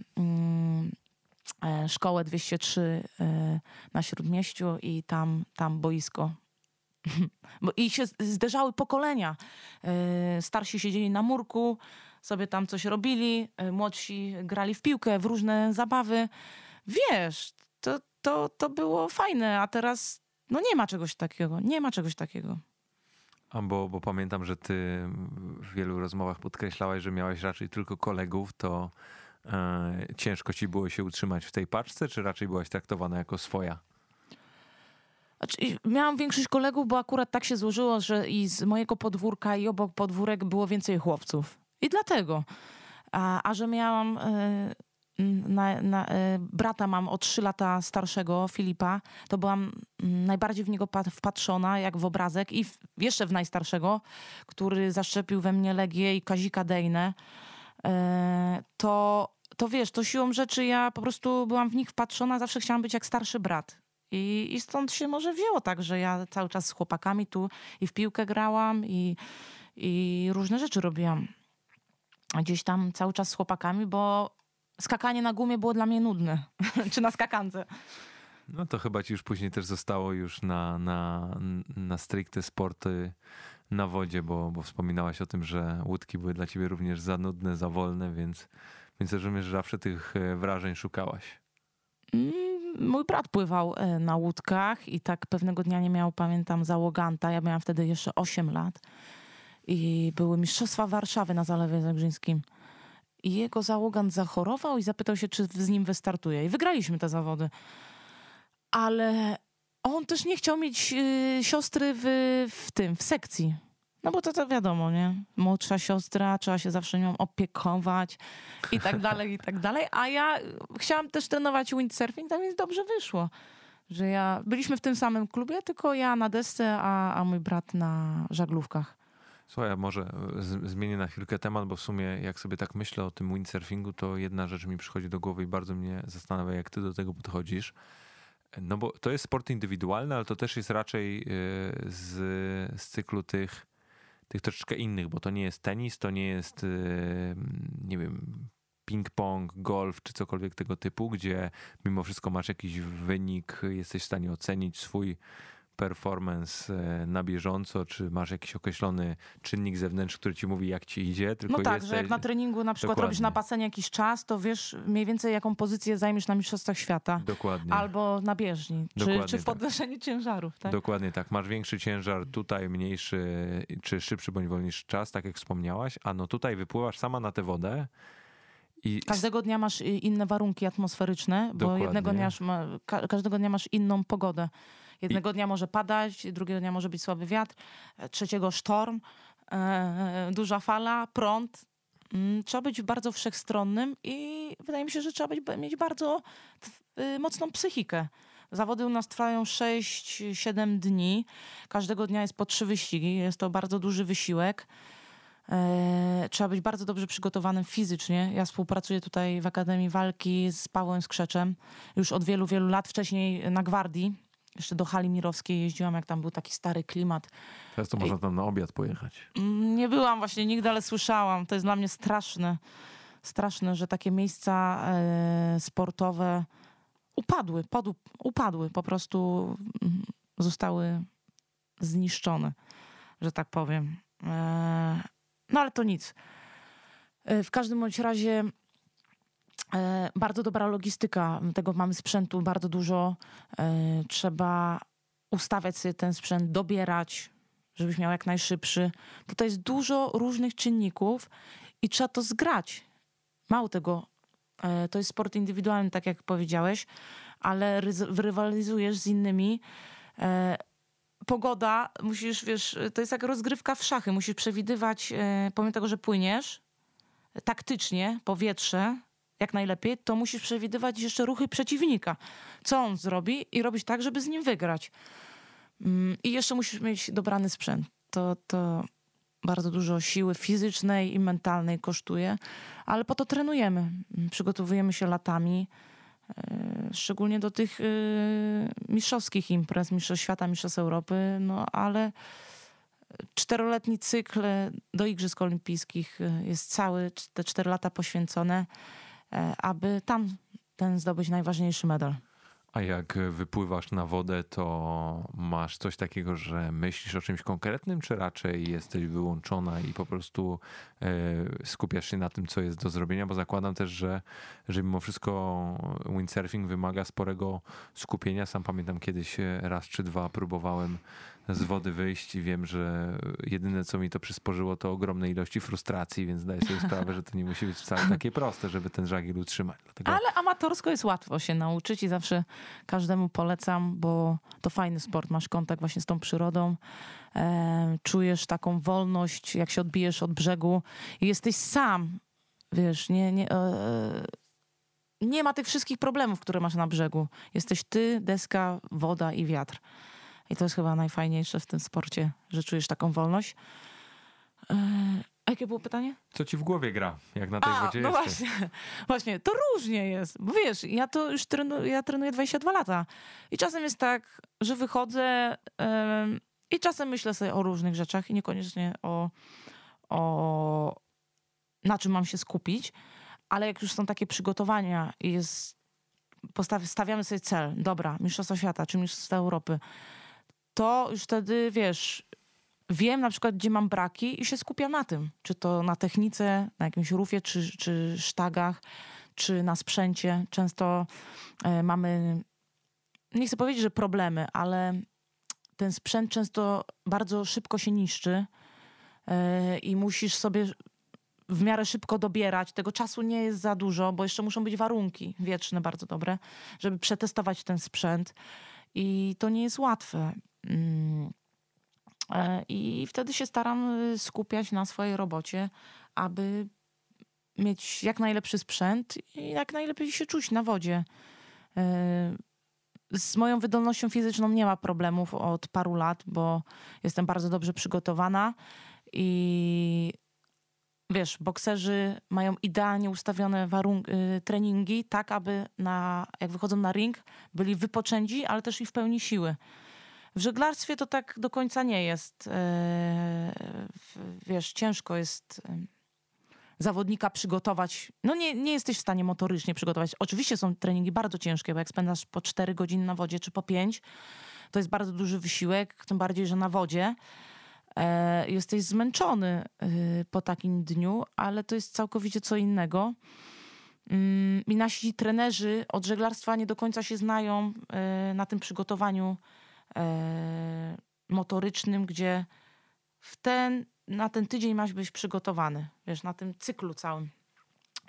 szkołę 203 na Śródmieściu i tam boisko. I się zderzały pokolenia. Starsi siedzieli na murku, sobie tam coś robili, młodsi grali w piłkę, w różne zabawy. Wiesz, to było fajne, a teraz no nie ma czegoś takiego, nie ma czegoś takiego. Bo pamiętam, że ty w wielu rozmowach podkreślałaś, że miałaś raczej tylko kolegów, to ciężko ci było się utrzymać w tej paczce, czy raczej byłaś traktowana jako swoja? Znaczy, miałam większość kolegów, bo akurat tak się złożyło, że i z mojego podwórka i obok podwórek było więcej chłopców. I dlatego. A że miałam... brata mam o 3 lata starszego, Filipa, to byłam najbardziej w niego wpatrzona, jak w obrazek i jeszcze w najstarszego, który zaszczepił we mnie Legię i Kazika Dejnę, to wiesz, to siłą rzeczy ja po prostu byłam w nich wpatrzona, zawsze chciałam być jak starszy brat. I stąd się może wzięło tak, że ja cały czas z chłopakami tu i w piłkę grałam i różne rzeczy robiłam. Gdzieś tam cały czas z chłopakami, bo skakanie na gumie było dla mnie nudne. Czy na skakance. No to chyba ci już później też zostało już na stricte sporty na wodzie, bo wspominałaś o tym, że łódki były dla ciebie również za nudne, za wolne, więc rozumiem, że zawsze tych wrażeń szukałaś. Mój brat pływał na łódkach i tak pewnego dnia nie miał, pamiętam, załoganta. Ja miałam wtedy jeszcze 8 lat i były mistrzostwa Warszawy na Zalewie Zegrzyńskim. I jego załogant zachorował i zapytał się, czy z nim wystartuje. I wygraliśmy te zawody. Ale on też nie chciał mieć siostry w sekcji. No bo to wiadomo, nie? Młodsza siostra, trzeba się zawsze nią opiekować i tak dalej, i tak dalej. A ja chciałam też trenować windsurfing, tak więc dobrze wyszło. Że byliśmy w tym samym klubie, tylko ja na desce, a mój brat na żaglówkach. Słuchaj, ja może zmienię na chwilkę temat, bo w sumie jak sobie tak myślę o tym windsurfingu, to jedna rzecz mi przychodzi do głowy i bardzo mnie zastanawia, jak ty do tego podchodzisz. No bo to jest sport indywidualny, ale to też jest raczej z cyklu tych troszeczkę innych, bo to nie jest tenis, to nie jest, nie wiem, ping-pong, golf czy cokolwiek tego typu, gdzie mimo wszystko masz jakiś wynik, jesteś w stanie ocenić swój performance na bieżąco, czy masz jakiś określony czynnik zewnętrzny, który ci mówi, jak ci idzie. Tylko no tak, że jak na treningu na przykład robisz na basenie jakiś czas, to wiesz mniej więcej, jaką pozycję zajmiesz na Mistrzostwach Świata. Dokładnie. Albo na bieżni, czy w podnoszeniu ciężarów. Tak? Dokładnie tak. Masz większy ciężar, tutaj mniejszy, czy szybszy bądź wolniejszy czas, tak jak wspomniałaś, a no tutaj wypływasz sama na tę wodę. Każdego dnia masz inne warunki atmosferyczne, bo każdego dnia masz inną pogodę. Jednego dnia może padać, drugiego dnia może być słaby wiatr, trzeciego sztorm, duża fala, prąd. Trzeba być bardzo wszechstronnym i wydaje mi się, że trzeba mieć bardzo mocną psychikę. Zawody u nas trwają 6-7 dni. Każdego dnia jest po 3 wyścigi. Jest to bardzo duży wysiłek. Trzeba być bardzo dobrze przygotowanym fizycznie. Ja współpracuję tutaj w Akademii Walki z Pawłem Skrzeczem już od wielu, wielu lat. Wcześniej na Gwardii. Jeszcze do hali mirowskiej jeździłam, jak tam był taki stary klimat. Teraz to można tam na obiad pojechać. Nie byłam właśnie nigdy, ale słyszałam. To jest dla mnie straszne. Straszne, że takie miejsca sportowe upadły. Po prostu zostały zniszczone, że tak powiem. No ale to nic. W każdym bądź razie bardzo dobra logistyka. Tego mamy sprzętu bardzo dużo. Trzeba ustawiać sobie ten sprzęt, dobierać, żebyś miał jak najszybszy. Tutaj jest dużo różnych czynników i trzeba to zgrać. Mało tego, to jest sport indywidualny, tak jak powiedziałeś, ale rywalizujesz z innymi. Pogoda, musisz, wiesz, to jest jak rozgrywka w szachy. Musisz przewidywać, pomimo tego, że płyniesz taktycznie, powietrze, jak najlepiej, to musisz przewidywać jeszcze ruchy przeciwnika. Co on zrobi i robić tak, żeby z nim wygrać. I jeszcze musisz mieć dobrany sprzęt. To bardzo dużo siły fizycznej i mentalnej kosztuje, ale po to trenujemy. Przygotowujemy się latami, szczególnie do tych mistrzowskich imprez, mistrzostw świata, mistrzostw Europy, no ale 4-letni cykl do Igrzysk Olimpijskich jest cały, te 4 lata poświęcone, aby tam zdobyć najważniejszy medal. A jak wypływasz na wodę, to masz coś takiego, że myślisz o czymś konkretnym, czy raczej jesteś wyłączona i po prostu skupiasz się na tym, co jest do zrobienia? Bo zakładam też, że mimo wszystko windsurfing wymaga sporego skupienia. Sam pamiętam kiedyś raz czy dwa próbowałem z wody wyjść i wiem, że jedyne, co mi to przysporzyło, to ogromne ilości frustracji, więc zdaję sobie sprawę, że to nie musi być wcale takie proste, żeby ten żagiel utrzymać. Dlatego... Ale amatorsko jest łatwo się nauczyć i zawsze każdemu polecam, bo to fajny sport. Masz kontakt właśnie z tą przyrodą, czujesz taką wolność, jak się odbijesz od brzegu i jesteś sam, wiesz, nie ma tych wszystkich problemów, które masz na brzegu. Jesteś ty, deska, woda i wiatr. I to jest chyba najfajniejsze w tym sporcie, że czujesz taką wolność. A jakie było pytanie? Co ci w głowie gra, jak na tej wodzie no jesteś? właśnie, to różnie jest. Bo wiesz, ja to już trenuję 22 lata. I czasem jest tak, że wychodzę i czasem myślę sobie o różnych rzeczach i niekoniecznie o na czym mam się skupić. Ale jak już są takie przygotowania i stawiamy sobie cel, dobra, Mistrzostwa Świata czy Mistrzostwa Europy, to już wtedy, wiesz, wiem na przykład, gdzie mam braki i się skupiam na tym. Czy to na technice, na jakimś rufie, czy sztagach, czy na sprzęcie. Często mamy, nie chcę powiedzieć, że problemy, ale ten sprzęt często bardzo szybko się niszczy i musisz sobie w miarę szybko dobierać. Tego czasu nie jest za dużo, bo jeszcze muszą być warunki wietrzne bardzo dobre, żeby przetestować ten sprzęt. I to nie jest łatwe. I wtedy się staram skupiać na swojej robocie, aby mieć jak najlepszy sprzęt i jak najlepiej się czuć na wodzie. Z moją wydolnością fizyczną nie ma problemów od paru lat, bo jestem bardzo dobrze przygotowana i wiesz, bokserzy mają idealnie ustawione treningi, tak aby jak wychodzą na ring, byli wypoczęci, ale też i w pełni siły. W żeglarstwie to tak do końca nie jest. Wiesz, ciężko jest zawodnika przygotować. No nie jesteś w stanie motorycznie przygotować. Oczywiście są treningi bardzo ciężkie, bo jak spędzasz po 4 godziny na wodzie czy po 5, to jest bardzo duży wysiłek, tym bardziej, że na wodzie jesteś zmęczony po takim dniu, ale to jest całkowicie co innego. I nasi trenerzy od żeglarstwa nie do końca się znają na tym przygotowaniu motorycznym, gdzie na ten tydzień masz być przygotowany, wiesz, na tym cyklu całym.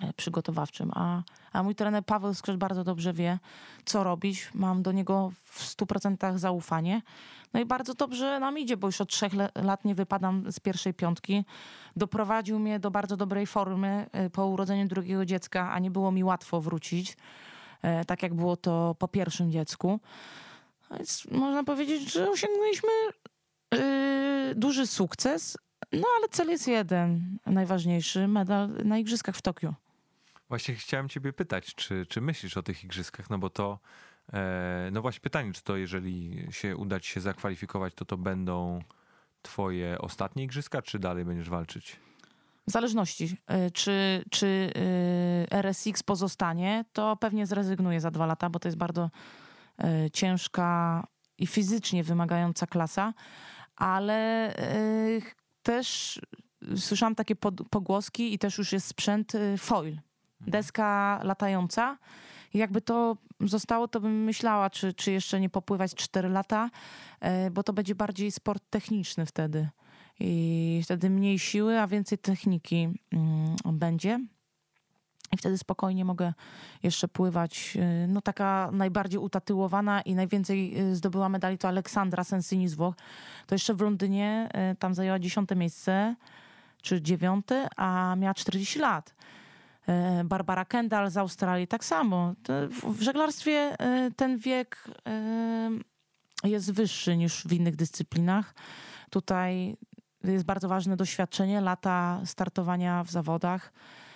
przygotowawczym. A mój trener Paweł Skrzecz bardzo dobrze wie, co robić. Mam do niego w 100% zaufanie. No i bardzo dobrze nam idzie, bo już od 3 lat nie wypadam z pierwszej 5. Doprowadził mnie do bardzo dobrej formy po urodzeniu drugiego dziecka, a nie było mi łatwo wrócić, tak jak było to po pierwszym dziecku. Więc można powiedzieć, że osiągnęliśmy duży sukces, no ale cel jest jeden, najważniejszy, medal na Igrzyskach w Tokio. Właśnie chciałem ciebie pytać, czy myślisz o tych igrzyskach, no bo to, no właśnie pytanie, czy to jeżeli się uda ci się zakwalifikować, to będą twoje ostatnie igrzyska, czy dalej będziesz walczyć? W zależności, czy RSX pozostanie, to pewnie zrezygnuję za 2 lata, bo to jest bardzo ciężka i fizycznie wymagająca klasa, ale też słyszałam takie pogłoski i też już jest sprzęt foil, deska latająca. I jakby to zostało, to bym myślała, czy jeszcze nie popływać 4 lata, bo to będzie bardziej sport techniczny wtedy. I wtedy mniej siły, a więcej techniki będzie. I wtedy spokojnie mogę jeszcze pływać. No taka najbardziej utatyłowana i najwięcej zdobyła medali to Aleksandra Sensini z Włoch. To jeszcze w Londynie tam zajęła 10. miejsce, czy 9, a miała 40 lat. Barbara Kendall z Australii tak samo. W żeglarstwie ten wiek jest wyższy niż w innych dyscyplinach. Tutaj jest bardzo ważne doświadczenie, lata startowania w zawodach.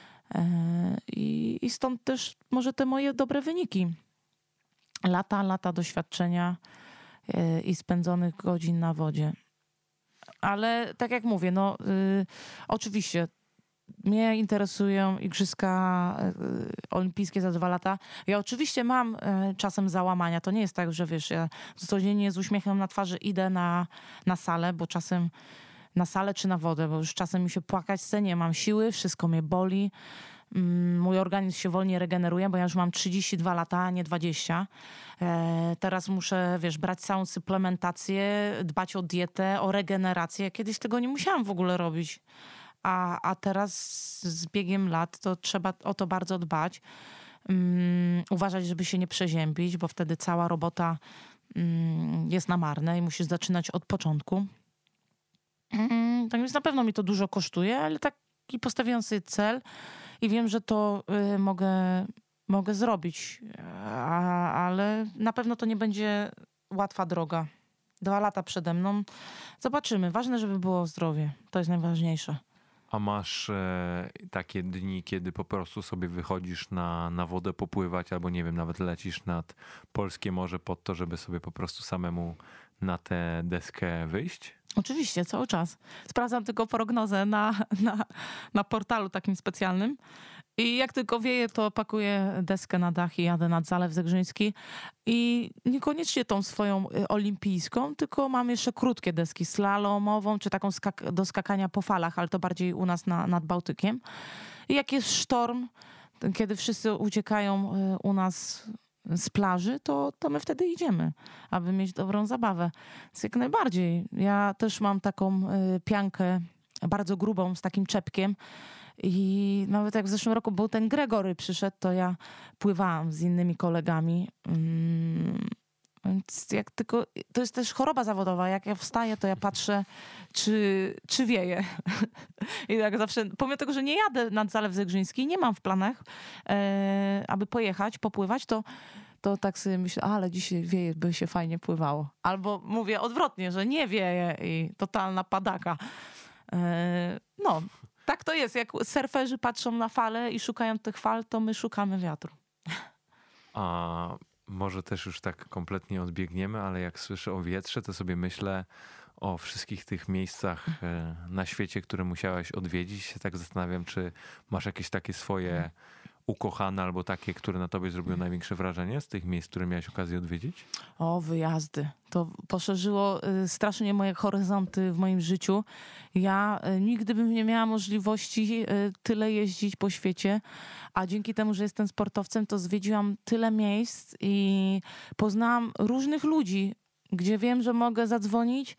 I stąd też może te moje dobre wyniki. Lata doświadczenia i spędzonych godzin na wodzie. Ale tak jak mówię, no oczywiście mnie interesują igrzyska olimpijskie za 2 lata. Ja oczywiście mam czasem załamania. To nie jest tak, że wiesz, ja codziennie z uśmiechem na twarzy idę na salę, bo czasem na salę czy na wodę, bo już czasem mi się płakać chce, nie mam siły, wszystko mnie boli. Mój organizm się wolniej regeneruje, bo ja już mam 32 lata, a nie 20. Teraz muszę, wiesz, brać całą suplementację, dbać o dietę, o regenerację. Kiedyś tego nie musiałam w ogóle robić. A teraz z biegiem lat to trzeba o to bardzo dbać. Uważać, żeby się nie przeziębić, bo wtedy cała robota jest na marne i musisz zaczynać od początku. Tak więc na pewno mi to dużo kosztuje, ale taki postawiłam sobie cel i wiem, że to mogę zrobić, ale na pewno to nie będzie łatwa droga. 2 lata przede mną. Zobaczymy. Ważne, żeby było zdrowie. To jest najważniejsze. A masz takie dni, kiedy po prostu sobie wychodzisz na wodę popływać, albo nie wiem, nawet lecisz nad polskie morze pod to, żeby sobie po prostu samemu na tę deskę wyjść? Oczywiście, cały czas. Sprawdzam tylko prognozę na portalu takim specjalnym. I jak tylko wieje, to pakuję deskę na dach i jadę nad Zalew Zegrzyński. I niekoniecznie tą swoją olimpijską, tylko mam jeszcze krótkie deski, slalomową, czy taką do skakania po falach, ale to bardziej u nas nad Bałtykiem. I jak jest sztorm, kiedy wszyscy uciekają u nas z plaży, to my wtedy idziemy, aby mieć dobrą zabawę. Więc jak najbardziej. Ja też mam taką piankę bardzo grubą z takim czepkiem i nawet jak w zeszłym roku był ten Gregory przyszedł, to ja pływałam z innymi kolegami. Więc jak tylko, to jest też choroba zawodowa. Jak ja wstaję, to ja patrzę, czy wieje. I tak zawsze, pomimo tego, że nie jadę nad Zalew Zegrzyński, nie mam w planach, aby pojechać, popływać, to tak sobie myślę, ale dzisiaj wieje, by się fajnie pływało. Albo mówię odwrotnie, że nie wieje i totalna padaka. No, tak to jest. Jak surferzy patrzą na fale i szukają tych fal, to my szukamy wiatru. A może też już tak kompletnie odbiegniemy, ale jak słyszę o wietrze, to sobie myślę o wszystkich tych miejscach na świecie, które musiałaś odwiedzić. Się tak zastanawiam, czy masz jakieś takie swoje ukochane albo takie, które na tobie zrobiły największe wrażenie z tych miejsc, które miałeś okazję odwiedzić? O, wyjazdy. To poszerzyło strasznie moje horyzonty w moim życiu. Ja nigdy bym nie miała możliwości tyle jeździć po świecie, a dzięki temu, że jestem sportowcem, to zwiedziłam tyle miejsc i poznałam różnych ludzi, gdzie wiem, że mogę zadzwonić,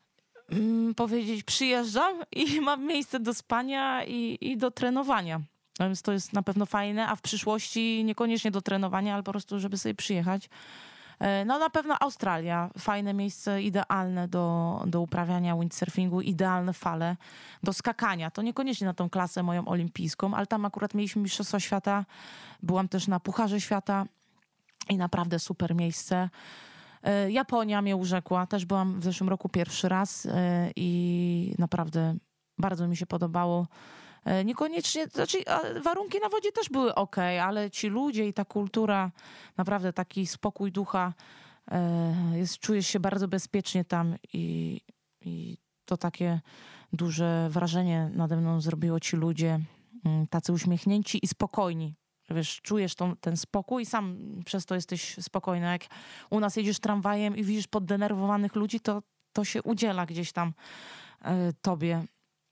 powiedzieć przyjeżdżam i mam miejsce do spania i do trenowania. Więc to jest na pewno fajne, a w przyszłości niekoniecznie do trenowania, ale po prostu, żeby sobie przyjechać. No na pewno Australia, fajne miejsce, idealne do uprawiania windsurfingu, idealne fale, do skakania. To niekoniecznie na tą klasę moją olimpijską, ale tam akurat mieliśmy Mistrzostwa Świata, byłam też na Pucharze Świata i naprawdę super miejsce. Japonia mnie urzekła, też byłam w zeszłym roku pierwszy raz i naprawdę bardzo mi się podobało. Niekoniecznie, znaczy warunki na wodzie też były okej, ale ci ludzie i ta kultura, naprawdę taki spokój ducha, czujesz się bardzo bezpiecznie tam i to takie duże wrażenie nade mną zrobiło ci ludzie, tacy uśmiechnięci i spokojni. Wiesz, czujesz ten spokój i sam przez to jesteś spokojny. Jak u nas jedziesz tramwajem i widzisz poddenerwowanych ludzi, to się udziela gdzieś tam tobie.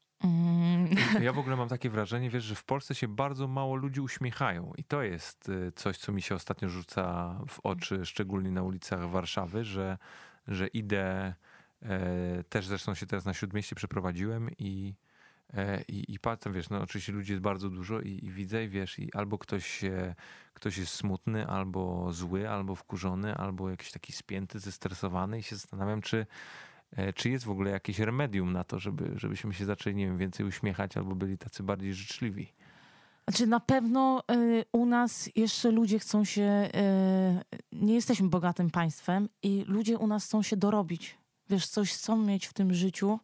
Ja w ogóle mam takie wrażenie, wiesz, że w Polsce się bardzo mało ludzi uśmiechają i to jest coś, co mi się ostatnio rzuca w oczy, szczególnie na ulicach Warszawy, że idę, też zresztą się teraz na Śródmieście przeprowadziłem i patrzę, wiesz, no oczywiście ludzi jest bardzo dużo i widzę i wiesz, i albo ktoś jest smutny, albo zły, albo wkurzony, albo jakiś taki spięty, zestresowany i się zastanawiam, czy jest w ogóle jakieś remedium na to, żebyśmy się zaczęli, nie wiem, więcej uśmiechać albo byli tacy bardziej życzliwi. Znaczy na pewno u nas jeszcze ludzie chcą się, nie jesteśmy bogatym państwem i ludzie u nas chcą się dorobić. Wiesz, coś chcą mieć w tym życiu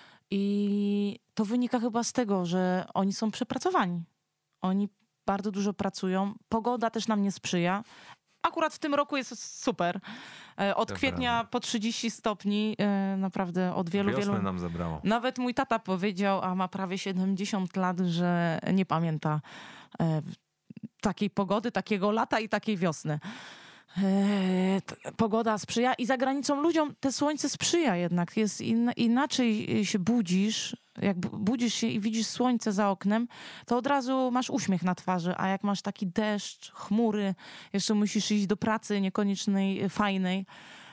i to wynika chyba z tego, że oni są przepracowani. Oni bardzo dużo pracują. Pogoda też nam nie sprzyja. Akurat w tym roku jest super. Od kwietnia po 30 stopni, naprawdę od wielu... nam zabrało. Nawet mój tata powiedział, a ma prawie 70 lat, że nie pamięta takiej pogody, takiego lata i takiej wiosny. Pogoda sprzyja i za granicą ludziom te słońce sprzyja jednak. Jest inaczej się budzisz, jak budzisz się i widzisz słońce za oknem, to od razu masz uśmiech na twarzy, a jak masz taki deszcz, chmury, jeszcze musisz iść do pracy niekoniecznej, fajnej,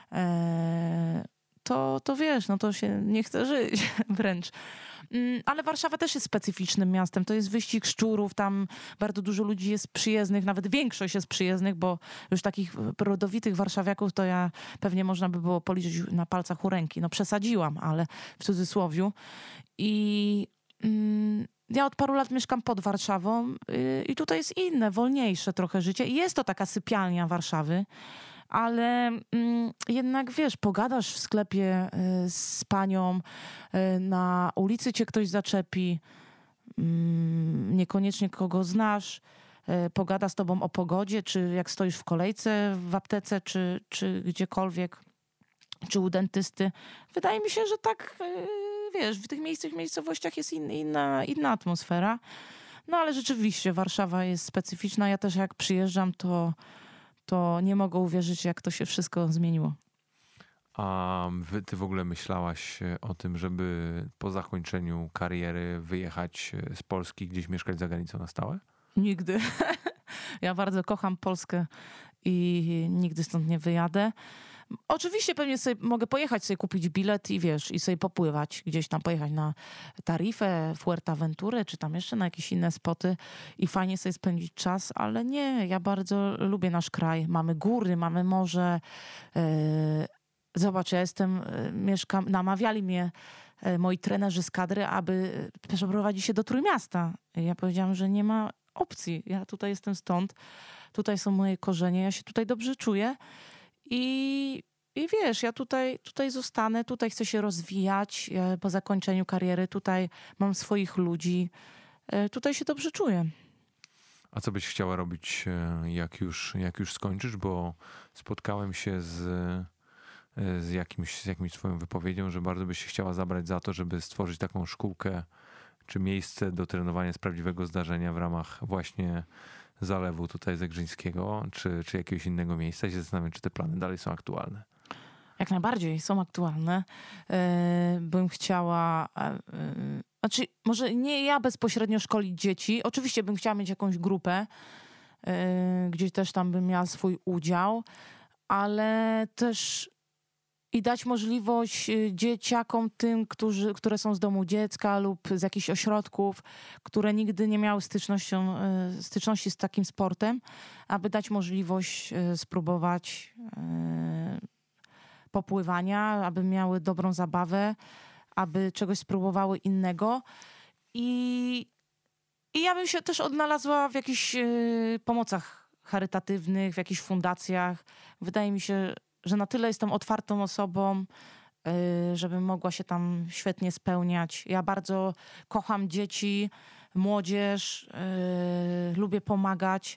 to wiesz, no to się nie chce żyć wręcz. Ale Warszawa też jest specyficznym miastem. To jest wyścig szczurów, tam bardzo dużo ludzi jest przyjezdnych, nawet większość jest przyjezdnych, bo już takich rodowitych warszawiaków to ja pewnie można by było policzyć na palcach u ręki. No przesadziłam, ale w cudzysłowiu. I ja od paru lat mieszkam pod Warszawą i tutaj jest inne, wolniejsze trochę życie. I jest to taka sypialnia Warszawy, ale jednak wiesz, pogadasz w sklepie z panią, na ulicy cię ktoś zaczepi, niekoniecznie kogo znasz, pogada z tobą o pogodzie, czy jak stoisz w kolejce w aptece, czy gdziekolwiek, czy u dentysty. Wydaje mi się, że tak, wiesz, w tych miejscowościach jest inna atmosfera. No ale rzeczywiście Warszawa jest specyficzna. Ja też jak przyjeżdżam, to nie mogę uwierzyć, jak to się wszystko zmieniło. A ty w ogóle myślałaś o tym, żeby po zakończeniu kariery wyjechać z Polski, gdzieś mieszkać za granicą na stałe? Nigdy. Ja bardzo kocham Polskę i nigdy stąd nie wyjadę. Oczywiście pewnie sobie mogę pojechać, sobie kupić bilet i wiesz, i sobie popływać gdzieś tam, pojechać na Tarifę, Fuerteventurę, czy tam jeszcze na jakieś inne spoty i fajnie sobie spędzić czas, ale nie, ja bardzo lubię nasz kraj. Mamy góry, mamy morze. Zobacz, mieszkam, namawiali mnie moi trenerzy z kadry, aby przeprowadzić się do Trójmiasta. Ja powiedziałam, że nie ma opcji. Ja tutaj jestem stąd, tutaj są moje korzenie, ja się tutaj dobrze czuję. I wiesz, ja tutaj zostanę, tutaj chcę się rozwijać po zakończeniu kariery, tutaj mam swoich ludzi, tutaj się dobrze czuję. A co byś chciała robić, jak już skończysz? Bo spotkałem się z jakimś swoją wypowiedzią, że bardzo byś się chciała zabrać za to, żeby stworzyć taką szkółkę czy miejsce do trenowania z prawdziwego zdarzenia w ramach właśnie Zalewu tutaj Zegrzyńskiego, czy jakiegoś innego miejsca. I się zastanawiam, czy te plany dalej są aktualne. Jak najbardziej są aktualne. Bym chciała, znaczy może nie ja bezpośrednio szkolić dzieci. Oczywiście bym chciała mieć jakąś grupę, gdzie też tam bym miała swój udział, ale też i dać możliwość dzieciakom, tym, które są z domu dziecka lub z jakichś ośrodków, które nigdy nie miały styczności z takim sportem, aby dać możliwość spróbować popływania, aby miały dobrą zabawę, aby czegoś spróbowały innego. I ja bym się też odnalazła w jakichś pomocach charytatywnych, w jakichś fundacjach. Wydaje mi się, że na tyle jestem otwartą osobą, żebym mogła się tam świetnie spełniać. Ja bardzo kocham dzieci, młodzież, lubię pomagać.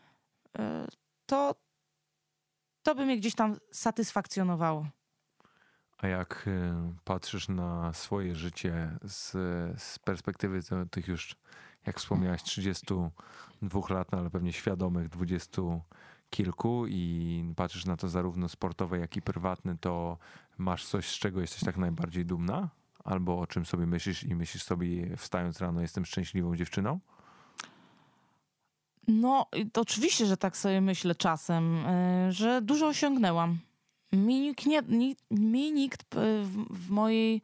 To by mnie gdzieś tam satysfakcjonowało. A jak patrzysz na swoje życie z perspektywy tych już, jak wspomniałaś, 32 lat, no ale pewnie świadomych 20 kilku i patrzysz na to zarówno sportowe, jak i prywatne, to masz coś, z czego jesteś tak najbardziej dumna? Albo o czym sobie myślisz i myślisz sobie, wstając rano, jestem szczęśliwą dziewczyną? No, to oczywiście, że tak sobie myślę czasem, że dużo osiągnęłam. Mi nikt w mojej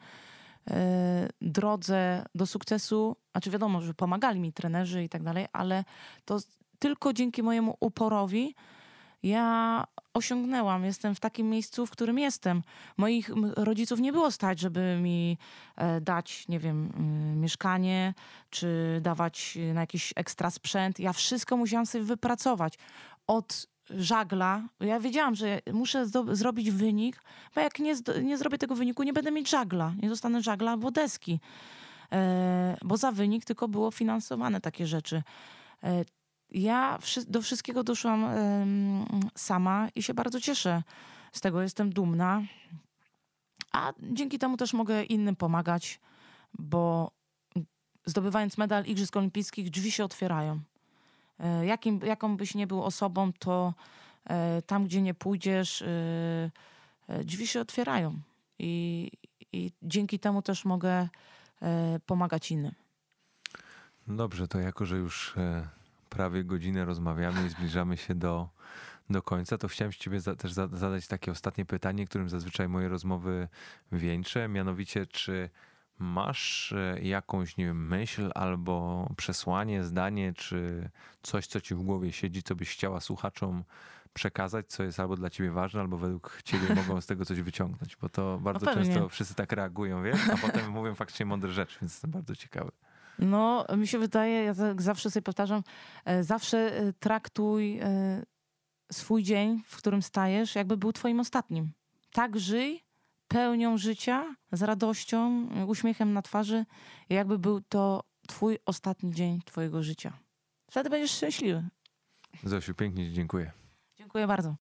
drodze do sukcesu, znaczy wiadomo, że pomagali mi trenerzy i tak dalej, ale to tylko dzięki mojemu uporowi ja osiągnęłam. Jestem w takim miejscu, w którym jestem. Moich rodziców nie było stać, żeby mi dać, nie wiem, mieszkanie, czy dawać na jakiś ekstra sprzęt. Ja wszystko musiałam sobie wypracować. Od żagla, ja wiedziałam, że muszę zrobić wynik, bo jak nie zrobię tego wyniku, nie będę mieć żagla. Nie dostanę żagla albo deski. Bo za wynik tylko było finansowane takie rzeczy. Ja do wszystkiego doszłam sama i się bardzo cieszę. Z tego jestem dumna. A dzięki temu też mogę innym pomagać, bo zdobywając medal Igrzysk Olimpijskich drzwi się otwierają. Jaką byś nie był osobą, to tam, gdzie nie pójdziesz, drzwi się otwierają. I dzięki temu też mogę pomagać innym. Dobrze, to jako, że już prawie godzinę rozmawiamy i zbliżamy się do końca, to chciałem ciebie też zadać takie ostatnie pytanie, którym zazwyczaj moje rozmowy wieńczę, mianowicie czy masz jakąś, nie wiem, myśl albo przesłanie, zdanie, czy coś, co ci w głowie siedzi, co byś chciała słuchaczom przekazać, co jest albo dla ciebie ważne, albo według ciebie mogą z tego coś wyciągnąć, bo to bardzo często wszyscy tak reagują, wiesz, a potem mówią faktycznie mądre rzeczy, więc jestem bardzo ciekawy. No, mi się wydaje, ja tak zawsze sobie powtarzam, zawsze traktuj swój dzień, w którym stajesz, jakby był twoim ostatnim. Tak żyj, pełnią życia, z radością, uśmiechem na twarzy, jakby był to twój ostatni dzień twojego życia. Wtedy będziesz szczęśliwy. Zosiu, pięknie ci dziękuję. Dziękuję bardzo.